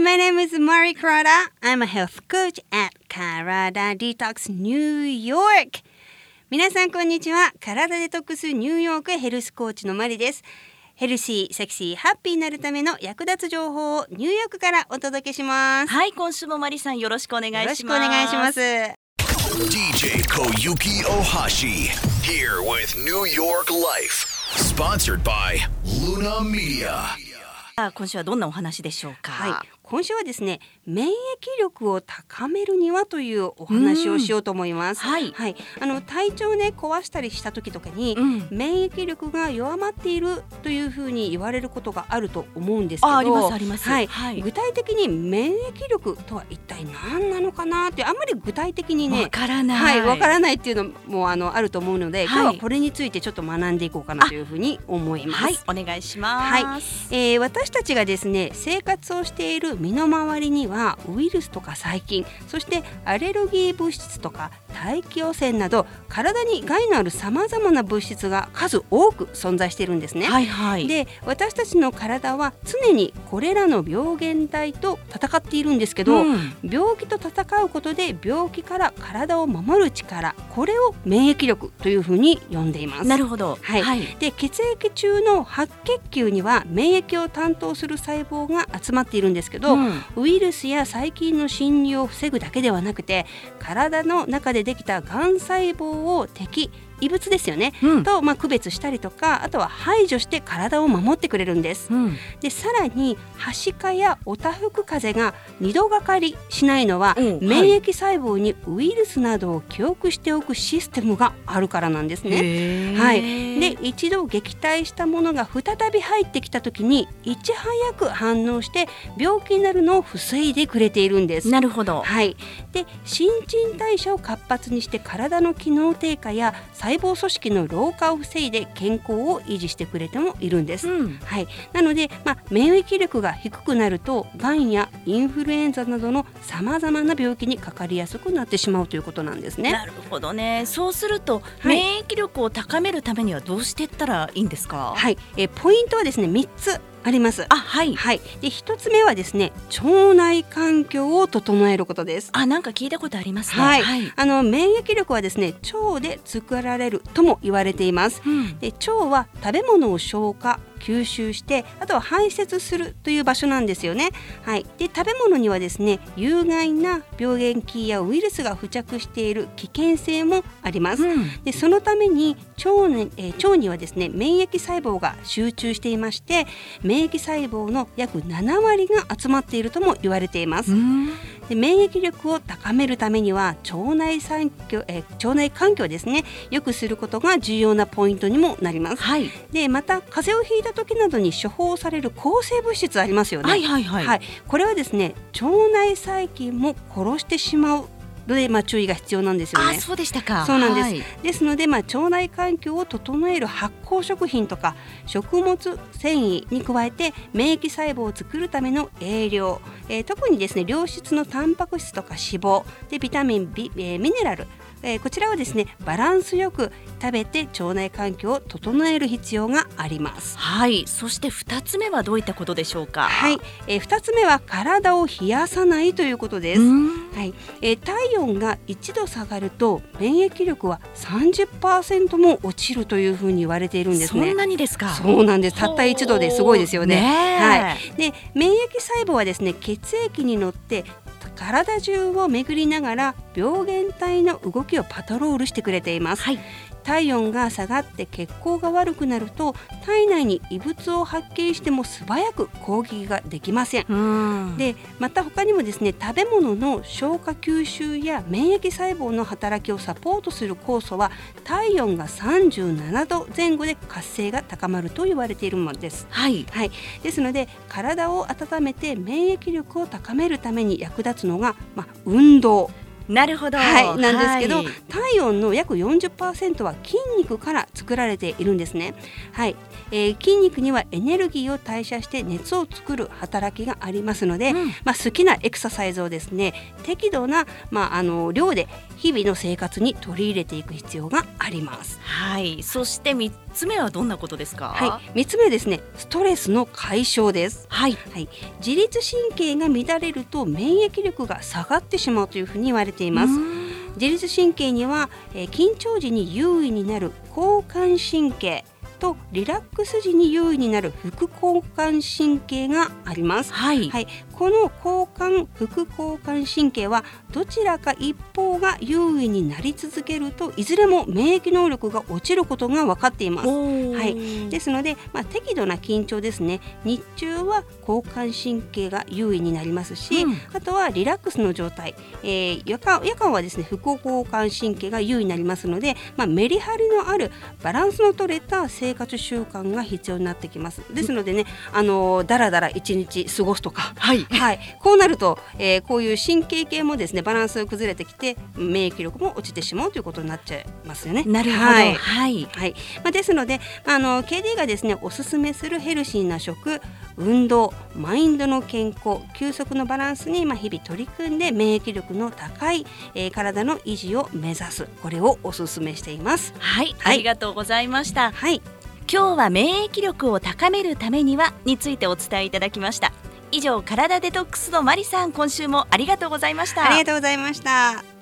my name is Mari Kurata. I'm a health coach at Karada Detox New York. 皆さんこんにちは。体デトックスニューヨークヘルスコーチのマリです。ヘルシー、セクシー、ハッピーになるための役立つ情報をニューヨークからお届けします。 はい、今週もマリさんよろしくお願いします。 よろしくお願いします。 DJ Koyuki Ohashi here with New York Life. Sponsored by Luna Media. 今週はどんなお話でしょうか。 はい、今週はですね、免疫力を高めるにはというお話をしようと思います。 はい、 はい、体調をね壊したりした時とかに、免疫力が弱まっているというふうに言われることがあると思うんですけど、 ありますあります、 はいはい、 具体的に免疫力とは一体何なのかなってあんまり具体的にねわからない、 はい、わからないっていうのもあると思うので、今日はこれについてちょっと学んでいこうかなというふうに思います。 はい、お願いします。 はい、私たちがですね生活をしている身の回りにはウイルスとか細菌、そしてアレルギー物質とか大気汚染など体に害のあるさまざまな物質が数多く存在しているんですね。 はいはい、 で私たちの体は常にこれらの病原体と戦っているんですけど、病気と戦うことで病気から体を守る力、これを免疫力というふうに呼んでいます。 なるほど、 はいはい、で血液中の白血球には免疫を担当する細胞が集まっているんですけど、ウイルスや細菌の侵入を防ぐだけではなくて、体の中でできたがん細胞を敵、異物ですよね、と区別したりとか、あとは排除して体を守ってくれるんです。でさらにはしかやおたふく風邪が二度がかりしないのは、免疫細胞にウイルスなどを記憶しておくシステムがあるからなんですね。はい、で一度撃退したものが再び入ってきた時にいち早く反応して病気になるのを防いでくれているんです。 なるほど。 はい、で新陳代謝を活発にして体の機能低下や細胞組織の老化を防いで健康を維持してくれてもいるんです。はい、なので、免疫力が低くなるとがんやインフルエンザなどのさまざまな病気にかかりやすくなってしまうということなんですね。 なるほどね。そうすると、免疫力を高めるためにはどうしていったらいいんですか。 はい、ポイントはですね3つあります。 はいはい、で1つ目はですね、腸内環境を整えることです。 なんか聞いたことありますね。 はいはい、免疫力はですね腸で作られるとも言われています。で腸は食べ物を消化吸収して、あとは排泄するという場所なんですよね。はい、で食べ物にはですね有害な病原菌やウイルスが付着している危険性もあります。でそのために腸にはですね免疫細胞が集中していまして、免疫細胞の約7割が集まっているとも言われています。で免疫力を高めるためには腸内環境ですね良くすることが重要なポイントにもなります。はい、でまた風邪をひいた時などに処方される抗生物質ありますよね。はい、これはですね腸内細菌も殺してしまうので、注意が必要なんですよね。 そうでしたか。 そうなんです。ですので、腸内環境を整える発酵食品とか食物繊維に加えて免疫細胞を作るための栄養、特にですね良質のタンパク質とか脂肪でビタミン、ミネラル、こちらをですねバランスよく食べて腸内環境を整える必要があります。 はい、そして2つ目はどういったことでしょうか。 はい、2つ目は体を冷やさないということです。はい、体温が1度下がると免疫力は 30% も落ちるというふうに言われているんですね。 そんなにですか。 そうなんです。たった1度ですごいですよね。はい、で免疫細胞はですね血液に乗って体中を巡りながら病原体の動きをパトロールしてくれています。はい、体温が下がって血行が悪くなると体内に異物を発見しても素早く攻撃ができません。でまた他にもですね食べ物の消化吸収や免疫細胞の働きをサポートする酵素は体温が37度前後で活性が高まると言われているものです。はいはい、ですので体を温めて免疫力を高めるために役立つのが、運動なるほど、 はい、なんですけど、 はい、 体温の約 40% は筋肉から作られているんですね。はい、筋肉にはエネルギーを代謝して熱を作る働きがありますので、好きなエクササイズをですね適度な、量で日々の生活に取り入れていく必要があります。 はい、そして3つ目はどんなことですか？ はい、3つ目はですねストレスの解消です。 はい、 はい、自律神経が乱れると免疫力が下がってしまうというふうに言われています。自律神経には、緊張時に優位になる交感神経とリラックス時に優位になる副交感神経があります。 はいはい、この交感副交感神経はどちらか一方が優位になり続けるといずれも免疫能力が落ちることが分かっています。はい、ですので、適度な緊張ですね、日中は交感神経が優位になりますし、あとはリラックスの状態、夜間はですね副交感神経が優位になりますので、メリハリのあるバランスの取れた生活習慣が必要になってきます。ですのでね、だらだら一日過ごすとか、 はいはい、こうなると、こういう神経系もですねバランスが崩れてきて免疫力も落ちてしまうということになっちゃいますよね。 なるほど、 はいはいはい、ですのでKD がですねおすすめするヘルシーな食、運動、マインドの健康、休息のバランスに日々取り組んで免疫力の高い、体の維持を目指す、これをおすすめしています。 はい、ありがとうございました。 はい、 今日は免疫力を高めるためにはについてお伝えいただきました。以上、体デトックスのマリさん、今週もありがとうございました。 ありがとうございました。